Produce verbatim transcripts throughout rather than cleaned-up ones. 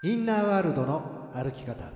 インナーワールドの歩き方。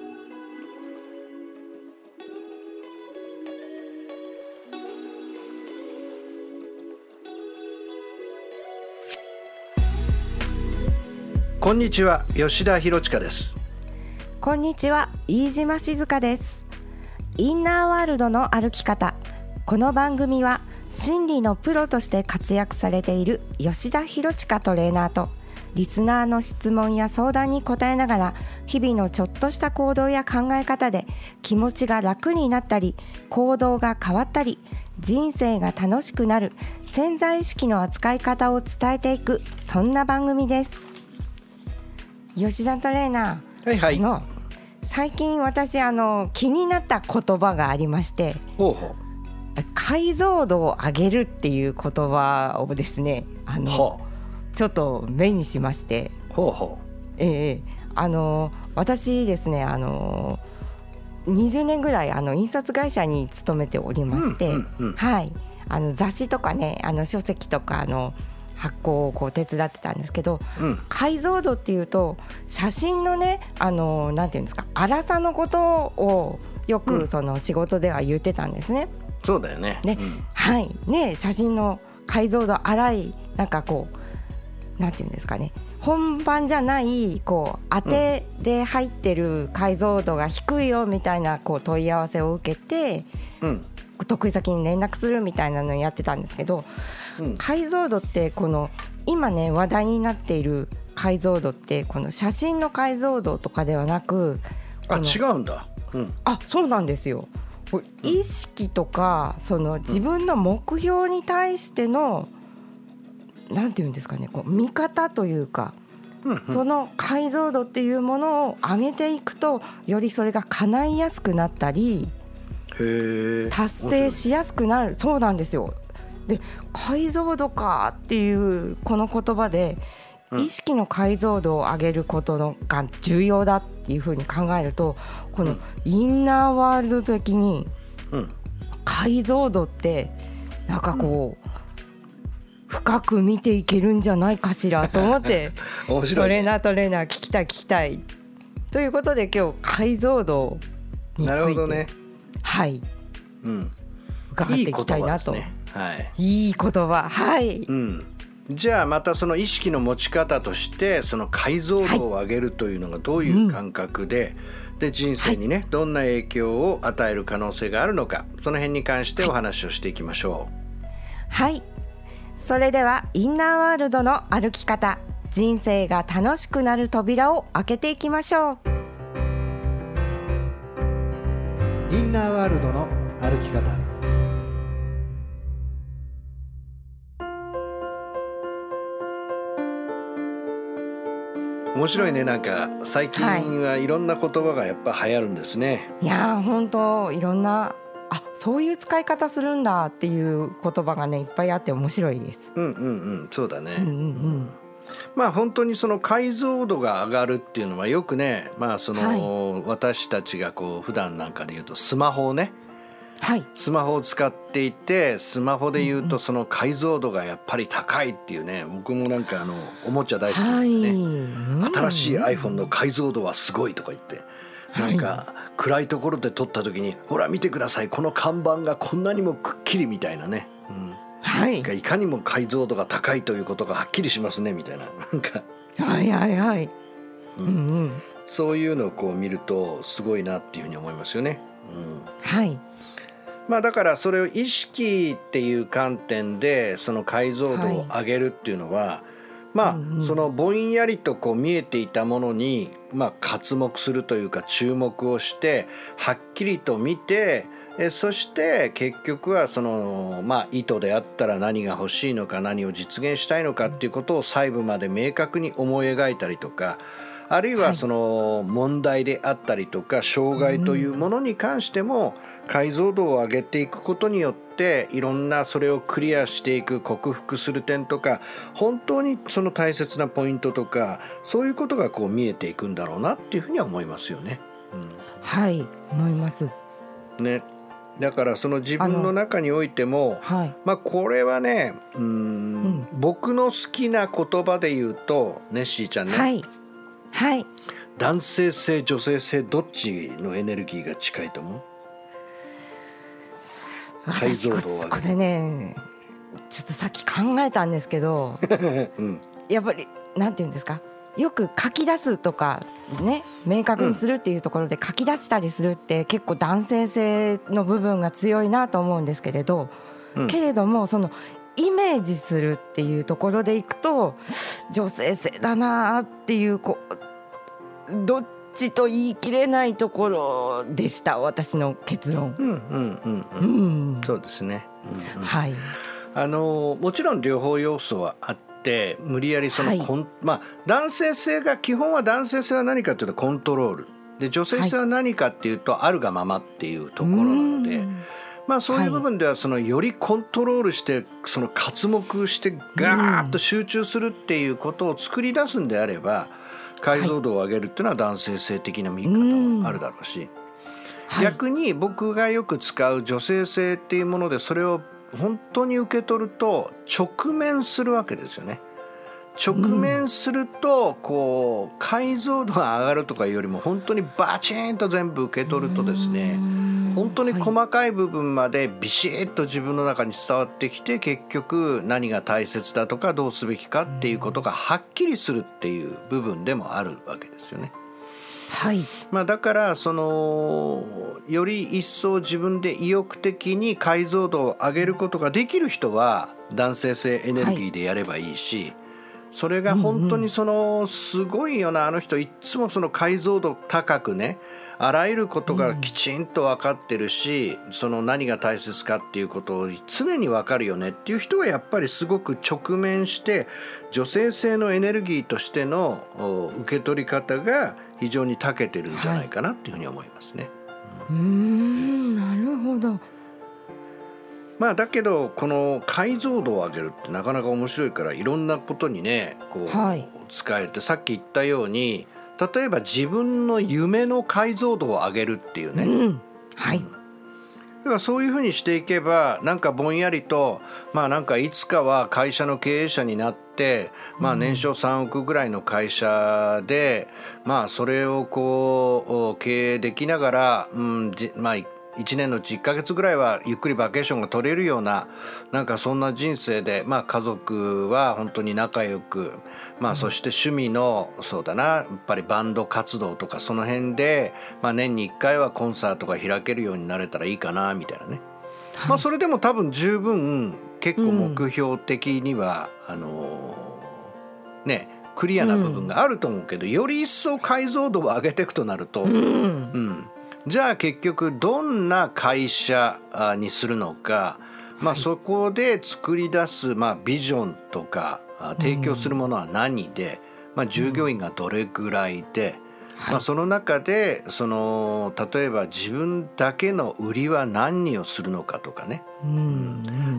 こんにちは、吉田博親です。 こんにちは、飯島静香です。インナーワールドの歩き方。この番組は心理のプロとして活躍されている吉田博親トレーナーとリスナーの質問や相談に答えながら、日々のちょっとした行動や考え方で気持ちが楽になったり、行動が変わったり、人生が楽しくなる潜在意識の扱い方を伝えていく、そんな番組です。吉田トレーナー、 はいはい、 あの最近私あの気になった言葉がありまして、 ほうほう、 解像度を上げるっていう言葉をですね、あのほうちょっと目にしまして、 ほうほう、 ええ、あの私ですね、あのにじゅうねんぐらいあの印刷会社に勤めておりまして、 うんうんうん、 はい、あの雑誌とかね、あの書籍とかあの発行をこう手伝ってたんですけど、うん、解像度っていうと写真のね、あのなんていうんですか、粗さのことをよくその仕事では言ってたんですね、うん、 そうだよね、 ね、うん、はいね、写真の解像度粗い、なんかこうなんていうんですかね、本番じゃないこう当てで入ってる解像度が低いよみたいなこう問い合わせを受けて、うん、得意先に連絡するみたいなのをやってたんですけど、うん、解像度ってこの今ね話題になっている解像度ってこの写真の解像度とかではなく、 あ、違うんだ、うん、 あ、そうなんですよ。意識とかその自分の目標に対しての、うん、なんていうんですかね、こう見方というか、うんうん、その解像度っていうものを上げていくと、よりそれが叶いやすくなったり、 へ達成しやすくなる。そうなんですよ。で、解像度かっていうこの言葉で、うん、意識の解像度を上げることのが重要だっていうふうに考えると、このインナーワールド的に解像度ってなんかこう、うん、深く見ていけるんじゃないかしらと思って面白い、ね、トレーナートレーナー聞きたい聞きたいということで、今日解像度について、なるほどね、はい、うん、伺っていきたいなと。いい言葉ですね、はい、いい言葉、はい、 うん、じゃあまたその意識の持ち方として、その解像度を上げるというのがどういう感覚で、はい、で人生にね、はい、どんな影響を与える可能性があるのか、その辺に関してお話をしていきましょう。 はい、それではインナーワールドの歩き方、人生が楽しくなる扉を開けていきましょう。 インナーワールドの歩き方。面白いね。なんか最近はいろんな言葉がやっぱ流行るんですね、 はい、いや本当いろんな、あ、そういう使い方するんだっていう言葉がねいっぱいあって面白いです。 うんうんうん、そうだね、うんうんうん、まあ本当にその解像度が上がるっていうのはよくね、まあその、はい、私たちがこう普段なんかで言うとスマホをね、はい、スマホを使っていて、スマホで言うとその解像度がやっぱり高いっていうね、僕もなんかあのおもちゃ大好きなんでね、はい、うん、新しい iPhone の解像度はすごいとか言って、なんか暗いところで撮った時に、ほら見てください、この看板がこんなにもくっきりみたいなね、うん、はい、いかにも解像度が高いということがはっきりしますねみたいな、なんかはいはいはい、 うんうん、そういうのをこう見るとすごいなっていうふうに思いますよね、うん、 はい、 まあだからそれを意識っていう観点でその解像度を上げるっていうのは、はい、まあそのぼんやりとこう見えていたものにまあ刮目するというか注目をしてはっきりと見て、えそして結局はそのまあ意図であったら何が欲しいのか、何を実現したいのかっていうことを細部まで明確に思い描いたりとか、あるいはその問題であったりとか障害というものに関しても解像度を上げていくことによっていろんなそれをクリアしていく、克服する点とか、本当にその大切なポイントとか、そういうことがこう見えていくんだろうなっていうふうには思いますよね、うん、 はい、思いますね。だからその自分の中においても、はい、まあこれはね、うーん、うん、僕の好きな言葉で言うとネッシーちゃんね、はい、 はい。 男性性女性性どっちのエネルギーが近いと思う？解像度を上げる。 これねちょっとさっき考えたんですけど、うん、やっぱりなんていうんですか、よく書き出すとかね、明確にするっていうところで書き出したりするって結構男性性の部分が強いなと思うんですけれど、うん、けれどもそのイメージするっていうところでいくと女性性だなっていう、こうどっちと言い切れないところでした、私の結論。 うんうんうんうん、うん、そうですね、うんうん、はい。あのもちろん両方要素はあって、無理やりその、はい、まあ、男性性が基本は男性性は何かというとコントロールで、女性性は何かっていうと、はい、あるがままっていうところなので、まあ、そういう部分ではそのよりコントロールしてその刮目してガーッと集中するっていうことを作り出すんであれば、解像度を上げるっていうのは男性性的な見方もあるだろうし、逆に僕がよく使う女性性っていうものでそれを本当に受け取ると直面するわけですよね。直面するとこう解像度が上がるとかいうよりも本当にバチンと全部受け取るとですね、本当に細かい部分までビシッと自分の中に伝わってきて、結局何が大切だとかどうすべきかっていうことがはっきりするっていう部分でもあるわけですよね。はい。まあ、だからそのより一層自分で意欲的に解像度を上げることができる人は男性性エネルギーでやればいいし、はい、それが本当にそのすごいよな、あの人いつもその解像度高くね、あらゆることがきちんと分かってるし、うん、その何が大切かっていうことを常に分かるよねっていう人はやっぱりすごく直面して女性性のエネルギーとしての受け取り方が非常に長けてるんじゃないかなっていうふうに思いますね。 はい、うーん、なるほど。 まあだけどこの解像度を上げるってなかなか面白いから、いろんなことにねこう、はい、使えて、さっき言ったように例えば自分の夢の解像度を上げるっていうね、うん、はい、うん、だからそういうふうにしていけばなんかぼんやりと、まあなんかいつかは会社の経営者になって、まあ年商さんおくぐらいの会社で、まあそれをこう経営できながら、うん、じまあいちねんのうちいっかげつぐらいはゆっくりバケーションが取れるような、なんかそんな人生で、まあ家族は本当に仲良く、まあそして趣味のそうだな、やっぱりバンド活動とかその辺で、まあ年にいっかいはコンサートが開けるようになれたらいいかなみたいなね、はい、まあそれでも多分十分結構目標的には、うん、あのー、ねクリアな部分があると思うけど、うん、より一層解像度を上げていくとなると、うん、うん、じゃあ結局どんな会社にするのか、まあ、そこで作り出す、まあ、ビジョンとか提供するものは何で、まあ、従業員がどれぐらいで、まあ、その中でその例えば自分だけの売りは何をするのかとかね、うん、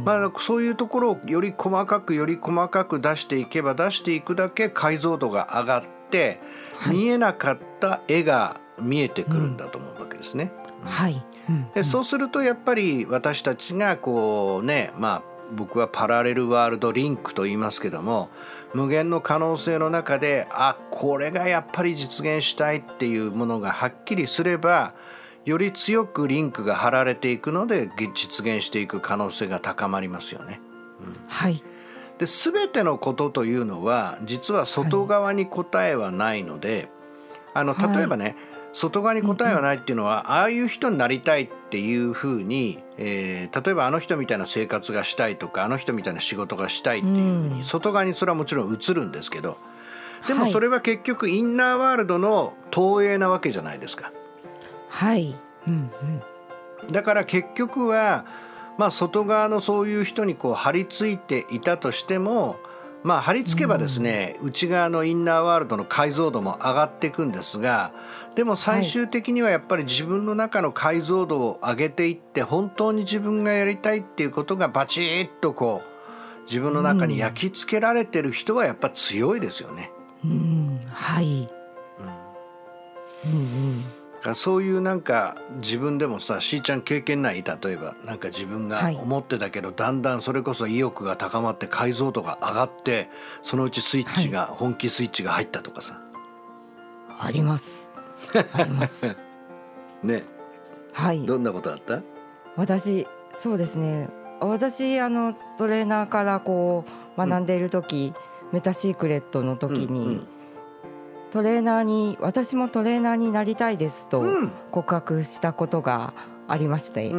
まあ、そういうところをより細かくより細かく出していけば出していくだけ解像度が上がって、はい、見えなかった絵が見えてくるんだと思うわけですね。うん、はい、うん、でそうするとやっぱり私たちがこうね、まあ僕はパラレルワールドリンクと言いますけども、無限の可能性の中で、あ、これがやっぱり実現したいっていうものがはっきりすれば、より強くリンクが張られていくので実現していく可能性が高まりますよね。うん、はい。で全てのことというのは実は外側に答えはないので、はい、あの例えばね、はい、外側に答えはないっていうのは、うんうん、ああいう人になりたいっていうふうに、えー、例えばあの人みたいな生活がしたいとかあの人みたいな仕事がしたいっていうふうに、うん、外側にそれはもちろん映るんですけど、でもそれは結局インナーワールドの投影なわけじゃないですか。はい、うんうん、だから結局は、まあ、外側のそういう人にこう張り付いていたとしても、まあ、張り付けばですね、うん、内側のインナーワールドの解像度も上がっていくんですが、でも最終的にはやっぱり自分の中の解像度を上げていって、本当に自分がやりたいっていうことがバチッとこう自分の中に焼き付けられてる人はやっぱ強いですよね。うん、はい、うんうんうん、そういうなんか自分でもさ、しーちゃん経験ない？例えばなんか自分が思ってたけど、はい、だんだんそれこそ意欲が高まって解像度が上がって、そのうちスイッチが、はい、本気スイッチが入ったとかさ。 ありますありますね。 はい。 どんなことあった？ 私そうですね私あのトレーナーからこう学んでいる時、うん、メタシークレットの時に、うんうん、トレーナーに私もトレーナーになりたいですと告白したことがありまして、うんうん、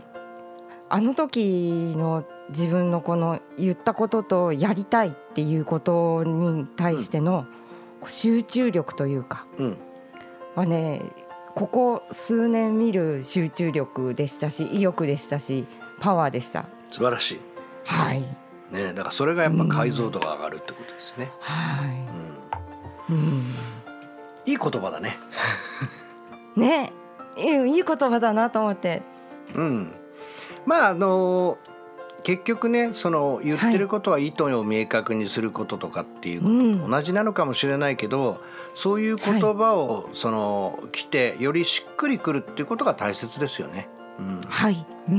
あの時の自分のこの言ったこととやりたいっていうことに対しての集中力というか、うん、はねここ数年見る集中力でしたし意欲でしたしパワーでした。 素晴らしい。 はい、 ね、だからそれがやっぱ解像度が上がるってことですね、 うん、はい、 うんうん、いい言葉だねね、いい言葉だなと思って、 うん、まああの結局ねその言ってることは意図を明確にすることとかっていうことと同じなのかもしれないけど、うん、そういう言葉をその来てよりしっくりくるっていうことが大切ですよね、うん、 はい、うんうん、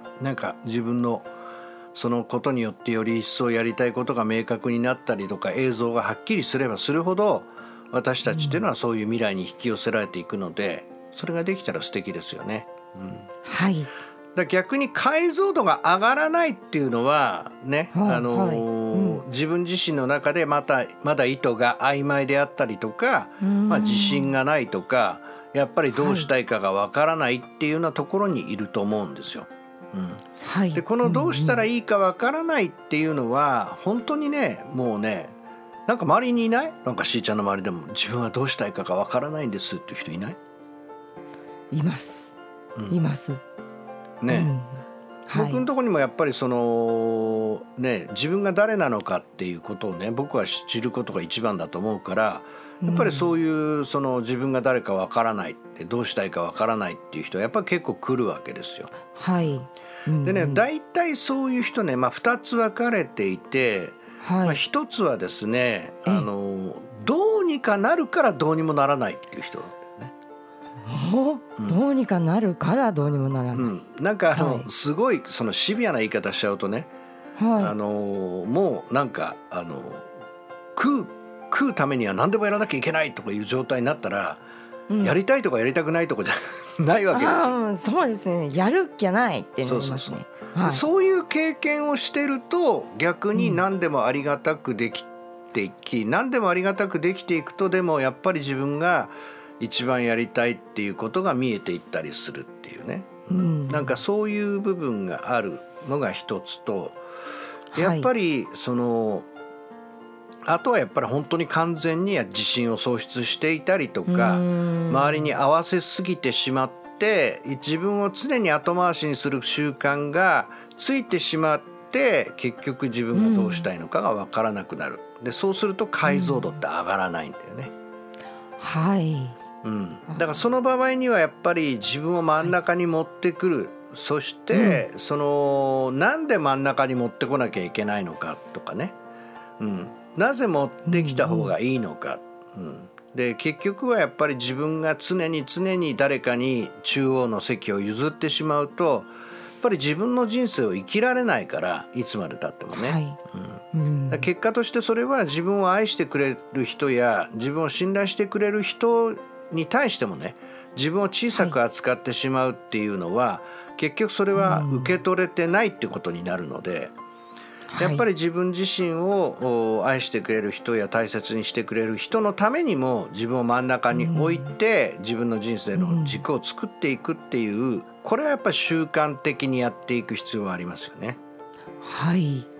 なんか自分のそのことによってより一層やりたいことが明確になったりとか映像がはっきりすればするほど私たちっていうのはそういう未来に引き寄せられていくのでそれができたら素敵ですよね、うん、 はい。 だ逆に解像度が上がらないっていうのはね、はいあのーはいうん、自分自身の中でまたまだ意図が曖昧であったりとか、まあ、自信がないとかやっぱりどうしたいかがわからないっていうようなところにいると思うんですよ、うんはい、でこのどうしたらいいかわからないっていうのは、うんうん、本当にねもうねなんか周りにいないなんかしーちゃんの周りでも自分はどうしたいかがわからないんですっていう人いない？ います、うん、いますね、うんはい、僕のところにもやっぱりその、ね、自分が誰なのかっていうことをね僕は知ることが一番だと思うからやっぱりそういう、うん、その自分が誰かわからないってどうしたいかわからないっていう人はやっぱり結構来るわけですよ。 はい、 うんうん、でね大体そういう人ね、まあ、ふたつ分かれていて、はいまあ、ひとつはですねあのどうにかなるからどうにもならないっていう人うん、どうにかなるからどうにもならない、うん、 なんかあの、はい、すごいそのシビアな言い方しちゃうとね、はい、あのもうなんかあの食う食うためには何でもやらなきゃいけないとかいう状態になったら、うん、やりたいとかやりたくないとかじゃないわけですよ。 あそうですねやるっきゃないってなりますね。そうそうそう、はい、 そういう経験をしてると逆に何でもありがたくできていき、うん、何でもありがたくできていくとでもやっぱり自分が一番やりたいっていうことが見えていったりするっていうね、うん、なんかそういう部分があるのが一つとやっぱりその、はい、あとはやっぱり本当に完全に自信を喪失していたりとか周りに合わせすぎてしまって自分を常に後回しにする習慣がついてしまって結局自分がどうしたいのかが分からなくなる。でそうすると解像度って上がらないんだよね、 うん、はいうん、だからその場合にはやっぱり自分を真ん中に持ってくる、はい、そして、うん、そのなんで真ん中に持ってこなきゃいけないのかとかね、うん、なぜ持ってきた方がいいのか、うんうん、で結局はやっぱり自分が常に常に誰かに中央の席を譲ってしまうとやっぱり自分の人生を生きられないからいつまで経ってもね、はいうん、だ結果としてそれは自分を愛してくれる人や自分を信頼してくれる人に対してもね自分を小さく扱ってしまうっていうのは、はい、結局それは受け取れてないってことになるので、うん、やっぱり自分自身を愛してくれる人や大切にしてくれる人のためにも自分を真ん中に置いて、うん、自分の人生の軸を作っていくっていう、うん、これはやっぱり習慣的にやっていく必要はありますよね。 はい、うんうんうん、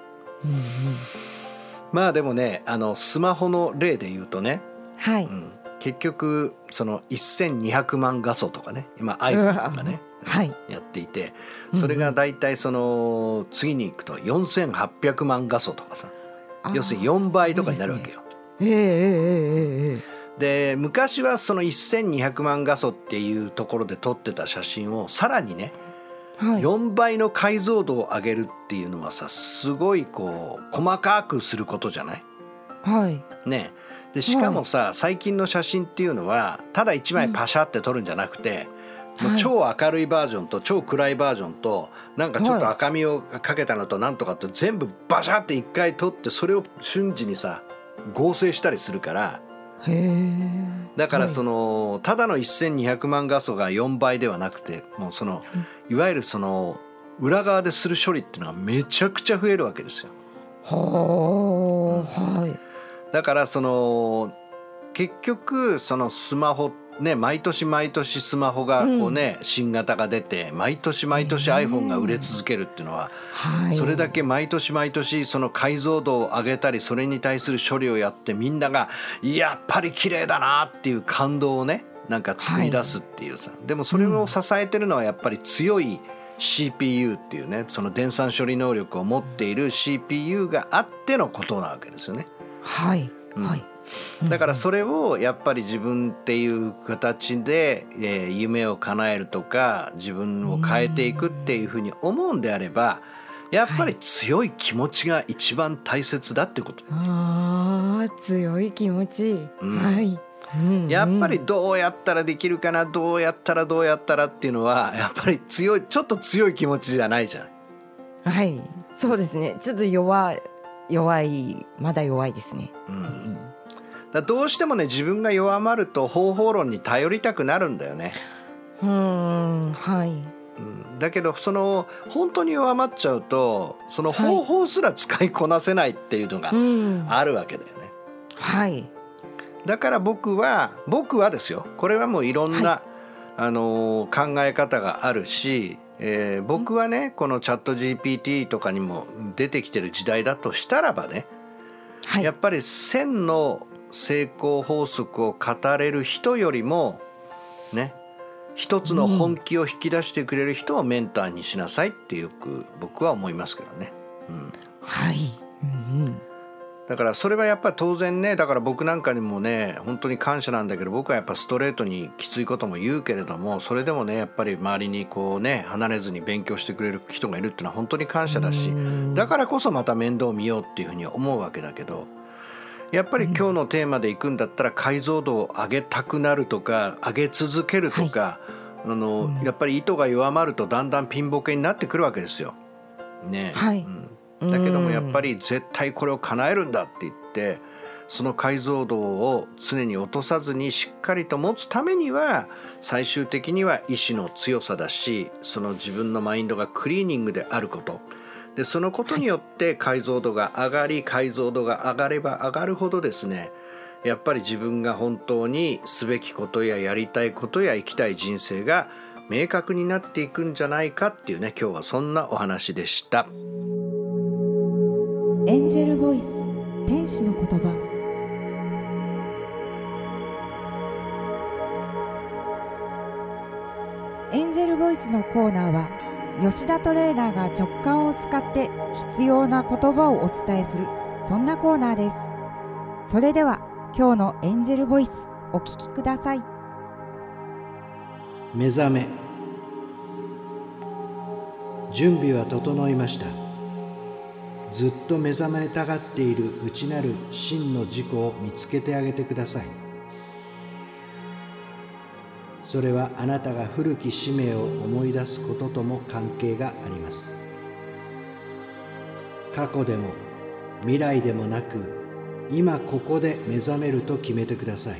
まあでもねあのスマホの例で言うとね、 はいうん結局そのせんにひゃくまん画素とかね今 iPhone がね、はい、やっていてそれがだいたいその次に行くとよんせんはっぴゃくまん画素とかさ要するによんばいとかになるわけよ。 えー、えー、えー、 で昔はそのせんにひゃくまん画素っていうところで撮ってた写真をさらにね、はい、よんばいの解像度を上げるっていうのはさすごいこう細かくすることじゃない、 はいねでしかもさ、はい、最近の写真っていうのはただいちまいパシャって撮るんじゃなくて、うん、もう超明るいバージョンと超暗いバージョンとなんかちょっと赤みをかけたのとなんとかって全部バシャっていっかい撮ってそれを瞬時にさ合成したりするから、 へー。 だからその、はい、ただのせんにひゃくまん画素がよんばいではなくて、もうそのいわゆるその裏側でする処理っていうのがめちゃくちゃ増えるわけですよ。 はあ、はい。 だからその結局そのスマホね、毎年毎年スマホがこうね、うん、新型が出て毎年毎年 iPhone が売れ続けるっていうのは、はい、それだけ毎年毎年その解像度を上げたりそれに対する処理をやってみんながやっぱり綺麗だなっていう感動をねなんか作り出すっていうさ、はい、でもそれを支えてるのはやっぱり強い シーピーユー っていうね、その電算処理能力を持っている シーピーユー があってのことなわけですよね。 はい、 うん、 はい。 だからそれをやっぱり自分っていう形で、えー、夢を叶えるとか自分を変えていくっていうふうに思うんであればやっぱり強い気持ちが一番大切だってこと、 はい、あー強い気持ち、うん、はい、うんうん、 やっぱりどうやったらできるかなどうやったらどうやったらっていうのはやっぱり強いちょっと強い気持ちじゃないじゃん。 はい、そうですね。ちょっと弱い弱いまだ弱いですね、 うん、だどうしてもね自分が弱まると方法論に頼りたくなるんだよね。 うーん、はい、うん、 だけどその本当に弱まっちゃうとその方法すら使いこなせないっていうのがあるわけだよね、 はい、 だから僕は僕はですよ、これはもういろんな、はい、あのー、考え方があるし、えー、僕はねこのチャット ジーピーティー とかにも出てきてる時代だとしたらばね、はい、やっぱり線の成功法則を語れる人よりもね一つの本気を引き出してくれる人をメンターにしなさいってよく僕は思いますけどね、うん、 はい、うんうん、 だからそれはやっぱり当然ね、だから僕なんかにもね本当に感謝なんだけど、僕はやっぱストレートにきついことも言うけれども、それでもねやっぱり周りにこうね離れずに勉強してくれる人がいるっていうのは本当に感謝だし、だからこそまた面倒見ようっていうふうに思うわけだけど、やっぱり今日のテーマでいくんだったら解像度を上げたくなるとか上げ続けるとか、はい、あの、うん、やっぱり糸が弱まるとだんだんピンボケになってくるわけですよ、ね、 はい、 うん、だけどもやっぱり絶対これを叶えるんだって言ってその解像度を常に落とさずにしっかりと持つためには最終的には意志の強さだし、その自分のマインドがクリーニングであることで、そのことによって解像度が上がり、解像度が上がれば上がるほどですね、やっぱり自分が本当にすべきことややりたいことや生きたい人生が明確になっていくんじゃないかっていうね、今日はそんなお話でした。 エンジェルボイス、天使の言葉。エンジェルボイスのコーナーは吉田トレーナーが直感を使って必要な言葉をお伝えする、そんなコーナーです。それでは今日のエンジェルボイスお聞きください。 目覚め。準備は整いました。ずっと目覚めたがっている内なる真の自己を見つけてあげてください。それはあなたが古き使命を思い出すこととも関係があります。過去でも未来でもなく、今ここで目覚めると決めてください。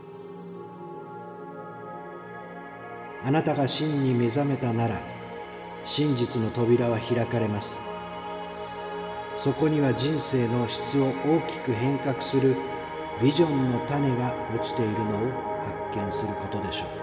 あなたが真に目覚めたなら、真実の扉は開かれます。そこには人生の質を大きく変革するビジョンの種が落ちているのを発見することでしょう。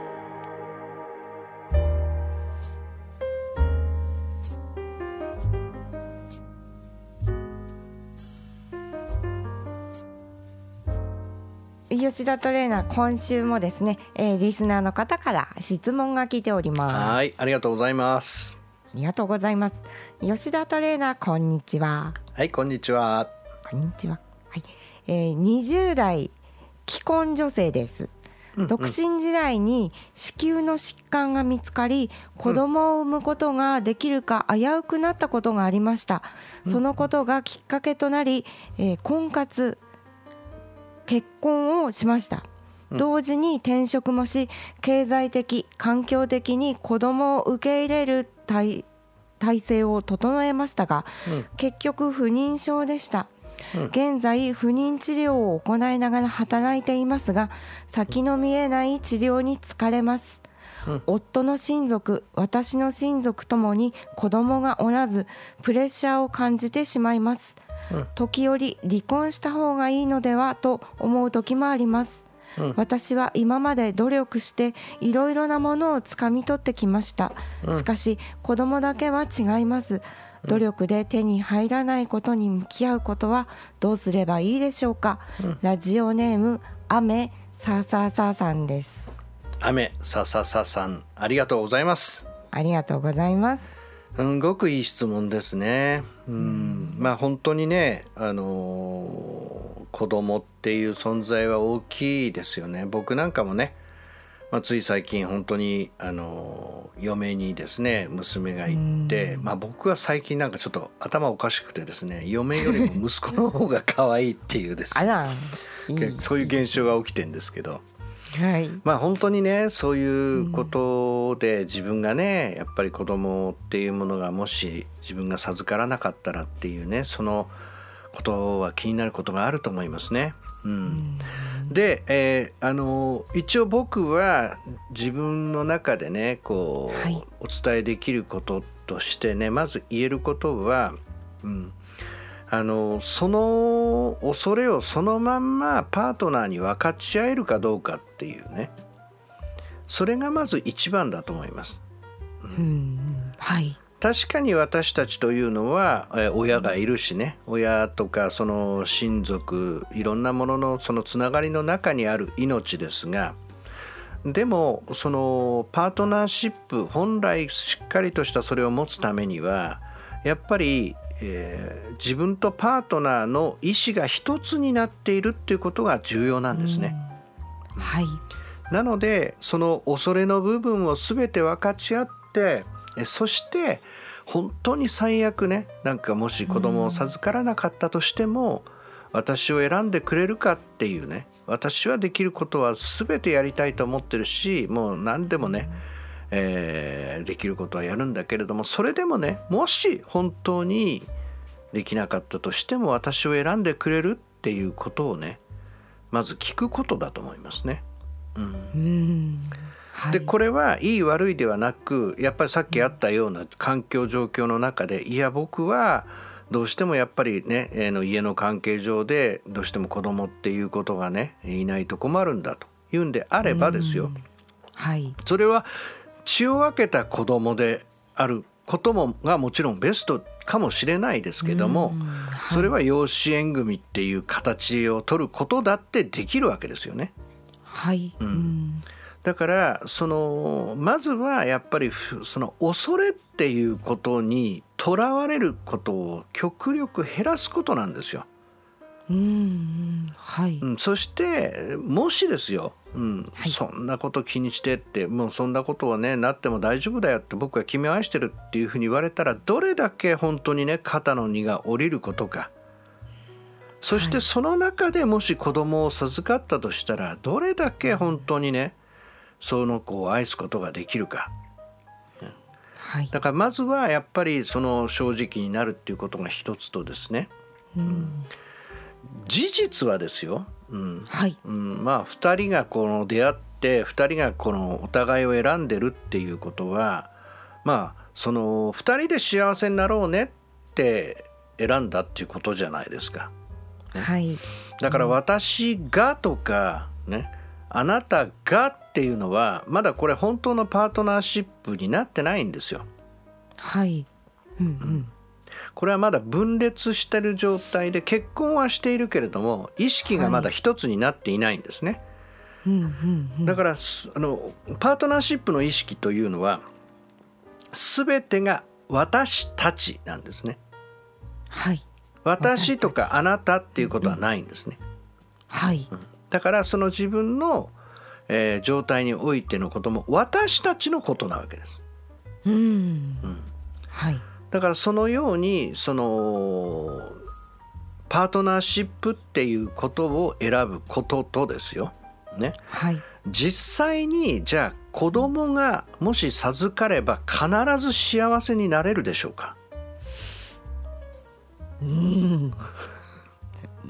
吉田トレーナー、今週もですね、えー、リスナーの方から質問が来ております。 はい、ありがとうございます。 ありがとうございます。吉田トレーナー、こんにちは。 はい、こんにちは。 こんにちは。はい、えー、にじゅう代既婚女性です。うんうん、独身時代に子宮の疾患が見つかり、子供を産むことができるか危うくなったことがありました。うん、そのことがきっかけとなり、えー、婚活結婚をしました。同時に転職もし、経済的環境的に子供を受け入れる 体, 体制を整えましたが、うん、結局不妊症でした。 うん、現在不妊治療を行いながら働いていますが、先の見えない治療に疲れます。うん、夫の親族、私の親族ともに子供がおらず、プレッシャーを感じてしまいます。うん、時折離婚した方がいいのではと思う時もあります。うん、私は今まで努力していろいろなものをつかみ取ってきました。しかし子供だけは違います。努力で手に入らないことに向き合うことはどうすればいいでしょうか。うん、ラジオネーム雨ささささんです。 雨ささささん、ありがとうございます。 ありがとうございます。 すごくいい質問ですね。うん、まあ本当にね、あのー、子供っていう存在は大きいですよね。僕なんかもね、まあ、つい最近本当にあのー、嫁にですね娘がいて、まあ、僕は最近なんかちょっと頭おかしくてですね、嫁よりも息子の方が可愛いっていうですねあらいいそういう現象が起きてるんですけど、はい、まあ本当にね、そういうことで自分がね、やっぱり子供っていうものがもし自分が授からなかったらっていうね、そのことは気になることがあると思いますね。うん、で、えー、あの一応僕は自分の中でねこう、はい、お伝えできることとしてね、まず言えることは、うん、あのその恐れをそのまんまパートナーに分かち合えるかどうかっていうね、それがまず一番だと思います。うんうん、はい、確かに私たちというのは親がいるしね、親とかその親族、いろんなもののそのつながりの中にある命ですが、でもそのパートナーシップ本来しっかりとしたそれを持つためにはやっぱり、えー、自分とパートナーの意思が一つになっているっていうことが重要なんですね。うん、はい。なのでその恐れの部分を全て分かち合って、そして本当に最悪ね、なんかもし子供を授からなかったとしても、私を選んでくれるかっていうね、私はできることは全てやりたいと思ってるし、もう何でもね、えー、できることはやるんだけれども、それでもね、もし本当にできなかったとしても私を選んでくれるっていうことをね、まず聞くことだと思いますね。うん、うんはい、でこれはいい悪いではなく、やっぱりさっきあったような環境状況の中で、いや僕はどうしてもやっぱりね、えー、の家の関係上でどうしても子供っていうことがねいないと困るんだというんであればですよ、はい、それは血を分けた子供であることもがもちろんベストかもしれないですけども、はい、それは養子縁組っていう形を取ることだってできるわけですよね。はい、うん、だからそのまずはやっぱりその恐れっていうことにとらわれることを極力減らすことなんですよ。うんはいうん、そしてもしですよ、うんはい、そんなこと気にしてって、もうそんなことはねなっても大丈夫だよって、僕は君を愛してるっていうふうに言われたら、どれだけ本当にね肩の荷が下りることか、そしてその中でもし子供を授かったとしたら、どれだけ本当にねその子を愛すことができるか、はい、だからまずはやっぱりその正直になるっていうことが一つとですね、うん、事実はですよ、うんはいうん、まあふたりがこの出会ってふたりがこのお互いを選んでるっていうことは、まあそのふたりで幸せになろうねって選んだっていうことじゃないですか、ねはい、だから私がとかね、あなたがっていうのはまだこれ本当のパートナーシップになってないんですよ。はい、うんうん、これはまだ分裂している状態で、結婚はしているけれども意識がまだ一つになっていないんですね、はいうんうんうん、だからあのパートナーシップの意識というのは全てが私たちなんですね。はい、私とかあなたっていうことはないんですね、うんうんはい、うんだからその自分の、えー、状態においてのことも私たちのことなわけです。うん、うんはい、だからそのようにそのパートナーシップっていうことを選ぶこととですよ、ねはい、実際にじゃあ子供がもし授かれば必ず幸せになれるでしょうか。うん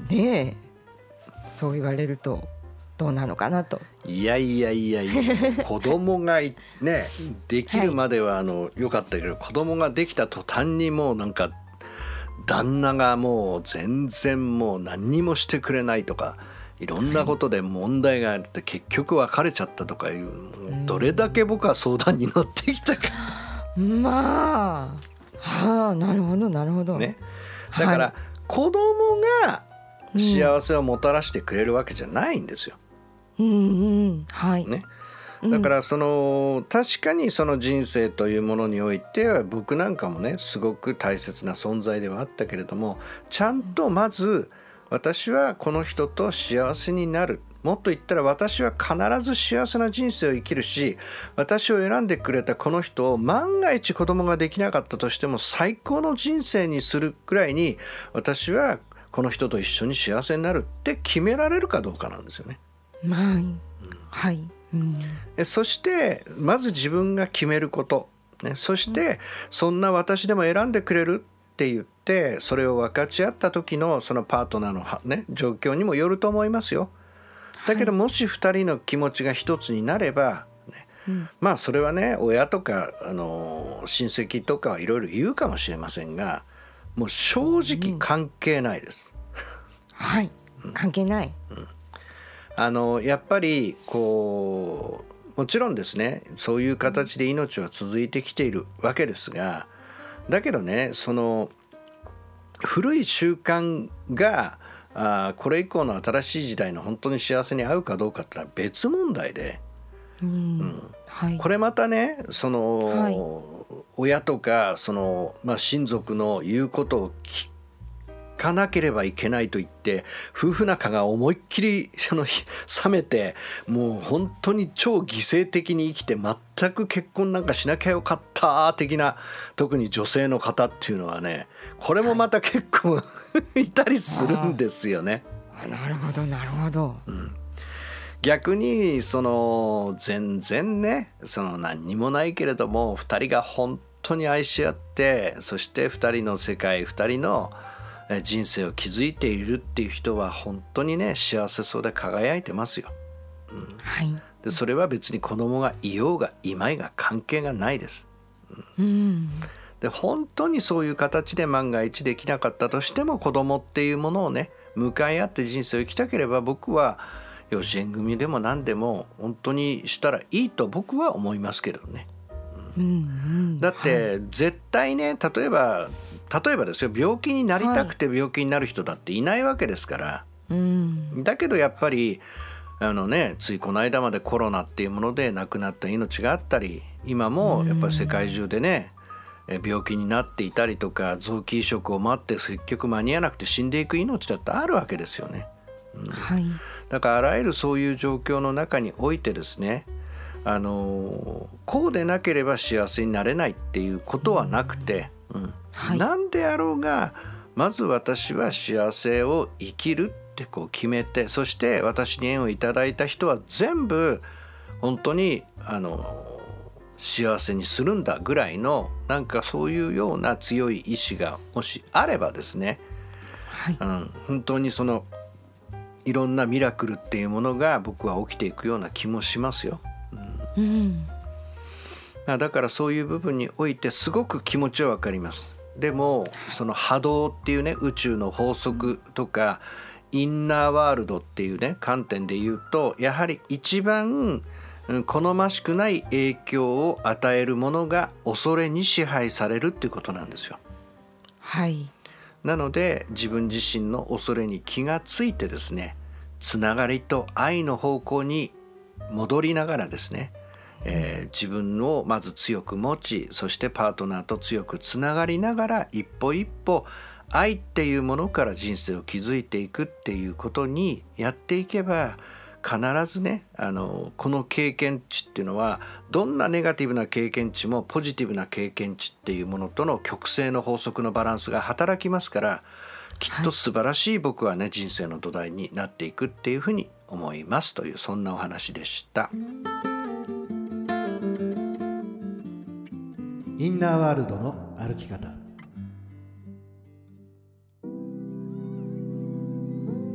ねえそう言われるとどうなのかなと。 いやいやいやいや子供がねできるまではあの良かったけど、はい、子供ができた途端にもうなんか旦那がもう全然もう何にもしてくれないとかいろんなことで問題があって結局別れちゃったとかいう、はい、どれだけ僕は相談に乗ってきたかまあはあなるほどなるほど、 ね、だから、はい、子供が幸せをもたらしてくれるわけじゃないんですよ、 うんうんはいね、だからその確かにその人生というものにおいては僕なんかもねすごく大切な存在ではあったけれどもちゃんとまず私はこの人と幸せになるもっと言ったら私は必ず幸せな人生を生きるし私を選んでくれたこの人を万が一子供ができなかったとしても最高の人生にするくらいに私はこの人と一緒に幸せになるって決められるかどうかなんですよね。 まあ、うん、はい、うん、 そしてまず自分が決めること、ね、そしてそんな私でも選んでくれるって言ってそれを分かち合った時のそのパートナーの、ね、状況にもよると思いますよ。だけどもしふたりの気持ちが一つになれば、ねうん、まあそれはね親とかあの親戚とかはいろいろ言うかもしれませんがもう正直関係ないです、 うん、はい関係ない、 うんあのやっぱりこうもちろんですねそういう形で命は続いてきているわけですがだけどねその古い習慣があこれ以降の新しい時代の本当に幸せに合うかどうかってのは別問題で、 うんうんはい、 これまたねその、はい、親とかその、まあ、親族の言うことを聞かなければいけないと言って夫婦仲が思いっきりその冷めてもう本当に超犠牲的に生きて全く結婚なんかしなきゃよかった的な特に女性の方っていうのはねこれもまた結構いたりするんですよね。 あなるほどなるほど、 うん、逆にその全然ねその何にもないけれどもふたりが本当に愛し合ってそしてふたりの世界ふたりの人生を築いているっていう人は本当にね幸せそうで輝いてますよ、うんはい、 でそれは別に子供がいようがいまいが関係がないです、 うん、 で本当にそういう形で万が一できなかったとしても子供っていうものをね向かい合って人生を生きたければ僕は養子縁組でも何でも本当にしたらいいと僕は思いますけどね、 うんうん、 だって絶対ね例えば例えばですよ病気になりたくて病気になる人だっていないわけですから、はい、だけどやっぱりあのねついこの間までコロナっていうもので亡くなった命があったり今もやっぱり世界中でね病気になっていたりとか臓器移植を待って結局間に合わなくて死んでいく命だってあるわけですよね、うんはい、 だからあらゆるそういう状況の中においてですねあのこうでなければ幸せになれないっていうことはなくて、うんはい、何であろうがまず私は幸せを生きるってこう決めてそして私に縁をいただいた人は全部本当にあの幸せにするんだぐらいのなんかそういうような強い意志がもしあればですね、 はいうん、本当にそのいろんなミラクルっていうものが僕は起きていくような気もしますよ、 うんうん、だからそういう部分においてすごく気持ちはわかります。でもその波動っていうね宇宙の法則とかインナーワールドっていうね観点で言うとやはり一番好ましくない影響を与えるものが恐れに支配されるっていうことなんですよ。 はい。 なので自分自身の恐れに気がついてですねつながりと愛の方向に戻りながらですね、えー、自分をまず強く持ちそしてパートナーと強くつながりながら一歩一歩愛っていうものから人生を築いていくっていうことにやっていけば必ずねあのこの経験値っていうのはどんなネガティブな経験値もポジティブな経験値っていうものとの極性の法則のバランスが働きますからきっと素晴らしい僕はね、はい、人生の土台になっていくっていうふうに思いますというそんなお話でした。 インナーワールドの歩き方。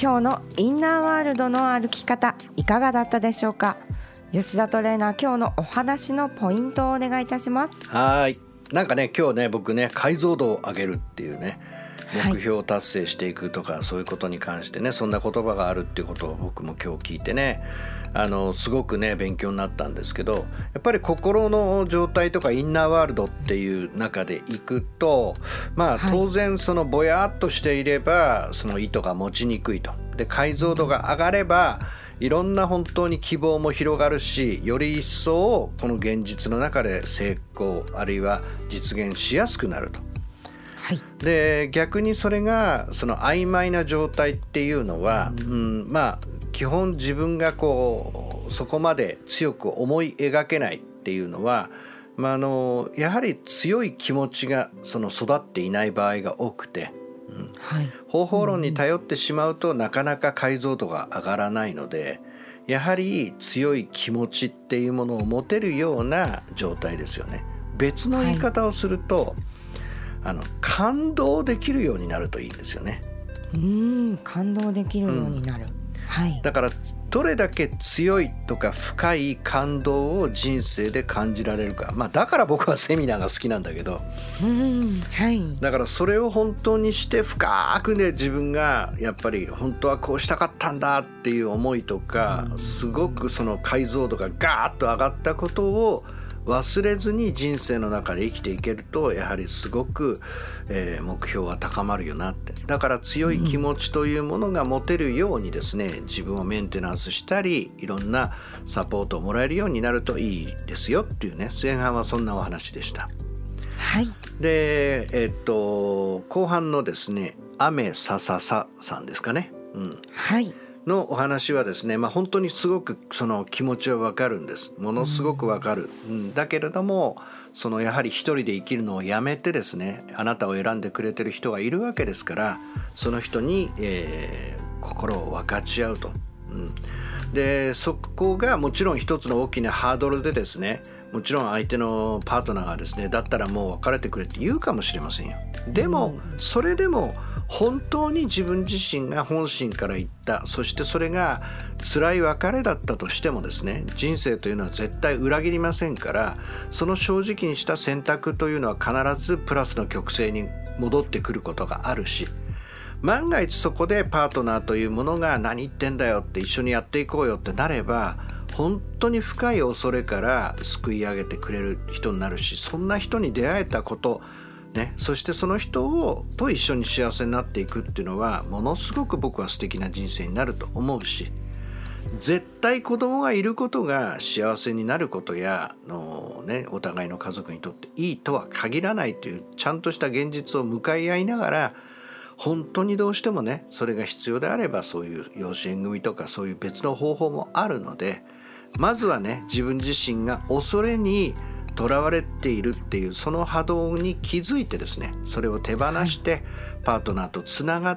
今日のインナーワールドの歩き方いかがだったでしょうか。吉田トレーナー、今日のお話のポイントをお願いいたします。 はい、なんかね今日ね僕ね解像度を上げるっていうね目標を達成していくとか、はい、そういうことに関してねそんな言葉があるっていうことを僕も今日聞いてねあのすごくね勉強になったんですけど、やっぱり心の状態とかインナーワールドっていう中でいくとまあ当然そのぼやっとしていればその意図が持ちにくいと。で解像度が上がればいろんな本当に希望も広がるし、より一層この現実の中で成功あるいは実現しやすくなると。 はい、 で逆にそれがその曖昧な状態っていうのは、うん、まあ基本自分がこうそこまで強く思い描けないっていうのは、まあ、あのやはり強い気持ちがその育っていない場合が多くて、うんはい、方法論に頼ってしまうとなかなか解像度が上がらないので、やはり強い気持ちっていうものを持てるような状態ですよね。別の言い方をすると、はい、あの感動できるようになるといいんですよね。 うーん感動できるようになる、うんはい、 だからどれだけ強いとか深い感動を人生で感じられるか、まあ、だから僕はセミナーが好きなんだけど、 うんはい、 だからそれを本当にして深くね自分がやっぱり本当はこうしたかったんだっていう思いとか、すごくその解像度がガーッと上がったことを忘れずに人生の中で生きていけると、やはりすごく、えー、目標が高まるよなって。だから強い気持ちというものが持てるようにですね、うん、自分をメンテナンスしたりいろんなサポートをもらえるようになるといいですよっていうね、前半はそんなお話でした。 はい。 でえっと後半のですね雨ささささんですかね、うん、 はいのお話はですね、まあ、本当にすごくその気持ちはわかるんです。ものすごくわかる、うん、だけれどもそのやはり一人で生きるのをやめてですね、あなたを選んでくれてる人がいるわけですから、その人に、えー、心を分かち合うと、うん、でそこがもちろん一つの大きなハードルでですね、もちろん相手のパートナーがですねだったらもう別れてくれって言うかもしれませんよ。でもそれでも本当に自分自身が本心から言った、そしてそれが辛い別れだったとしてもですね、人生というのは絶対裏切りませんから、その正直にした選択というのは必ずプラスの曲線に戻ってくることがあるし、万が一そこでパートナーというものが何言ってんだよって一緒にやっていこうよってなれば、本当に深い恐れから救い上げてくれる人になるし、そんな人に出会えたことね、そしてその人をと一緒に幸せになっていくっていうのはものすごく僕は素敵な人生になると思うし、絶対子供がいることが幸せになることやの、ね、お互いの家族にとっていいとは限らないというちゃんとした現実を向かい合いながら、本当にどうしてもねそれが必要であればそういう養子縁組とかそういう別の方法もあるので、まずはね自分自身が恐れにとらわれているっていうその波動に気づいてですね、それを手放してパートナーとつながって、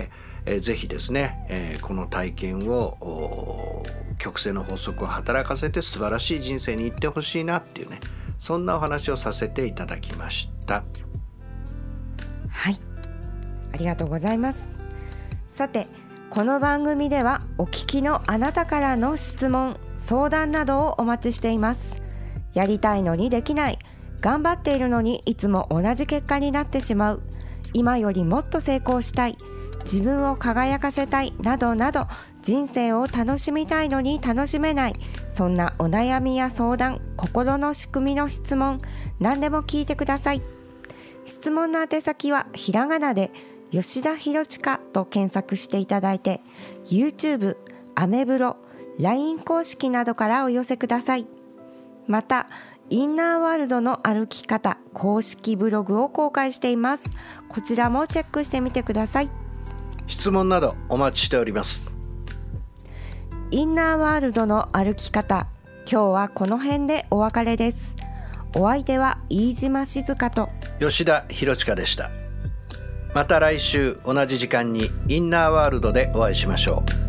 えー、ぜひですね、えー、この体験を極性の法則を働かせて素晴らしい人生に行ってほしいなっていうね、そんなお話をさせていただきました。 はい、ありがとうございます。さてこの番組ではお聞きのあなたからの質問相談などをお待ちしています。やりたいのにできない、頑張っているのにいつも同じ結果になってしまう、今よりもっと成功したい、自分を輝かせたいなどなど、人生を楽しみたいのに楽しめない、そんなお悩みや相談、心の仕組みの質問、何でも聞いてください。質問の宛先はひらがなで吉田博親と検索していただいて、 YouTube、アメブロ、ライン 公式などからお寄せください。またインナーワールドの歩き方公式ブログを公開しています。こちらもチェックしてみてください。 質問などお待ちしております。 インナーワールドの歩き方、今日はこの辺でお別れです。お相手は飯島静香と吉田博親でした。また来週同じ時間にインナーワールドでお会いしましょう。